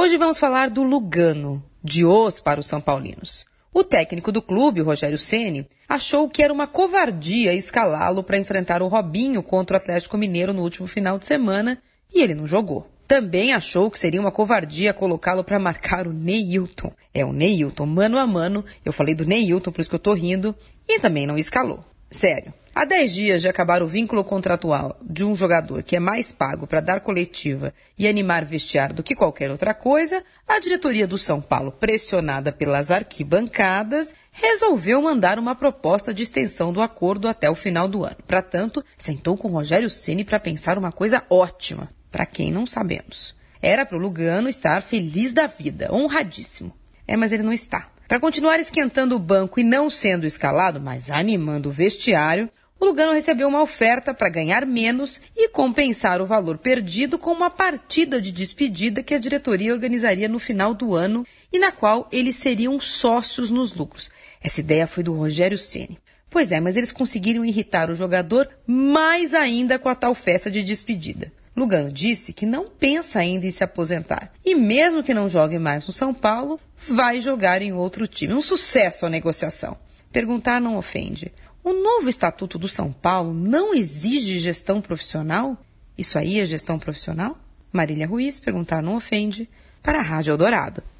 Hoje vamos falar do Lugano, de os para os São Paulinos. O técnico do clube, o Rogério Ceni, achou que era uma covardia escalá-lo para enfrentar o Robinho contra o Atlético Mineiro no último final de semana e ele não jogou. Também achou que seria uma covardia colocá-lo para marcar o Neilton. O Neilton, mano a mano, eu falei do Neilton, por isso que eu tô rindo, e também não escalou. Sério, há 10 dias de acabar o vínculo contratual de um jogador que é mais pago para dar coletiva e animar vestiário do que qualquer outra coisa, a diretoria do São Paulo, pressionada pelas arquibancadas, resolveu mandar uma proposta de extensão do acordo até o final do ano. Para tanto, sentou com Rogério Ceni para pensar uma coisa ótima. Para quem não sabemos. Era para o Lugano estar feliz da vida, honradíssimo. Mas ele não está. Para continuar esquentando o banco e não sendo escalado, mas animando o vestiário, o Lugano recebeu uma oferta para ganhar menos e compensar o valor perdido com uma partida de despedida que a diretoria organizaria no final do ano e na qual eles seriam sócios nos lucros. Essa ideia foi do Rogério Ceni. Pois mas eles conseguiram irritar o jogador mais ainda com a tal festa de despedida. Lugano disse que não pensa ainda em se aposentar e mesmo que não jogue mais no São Paulo, vai jogar em outro time. Um sucesso a negociação. Perguntar não ofende. O novo estatuto do São Paulo não exige gestão profissional? Isso aí é gestão profissional? Marília Ruiz, perguntar não ofende, para a Rádio Eldorado.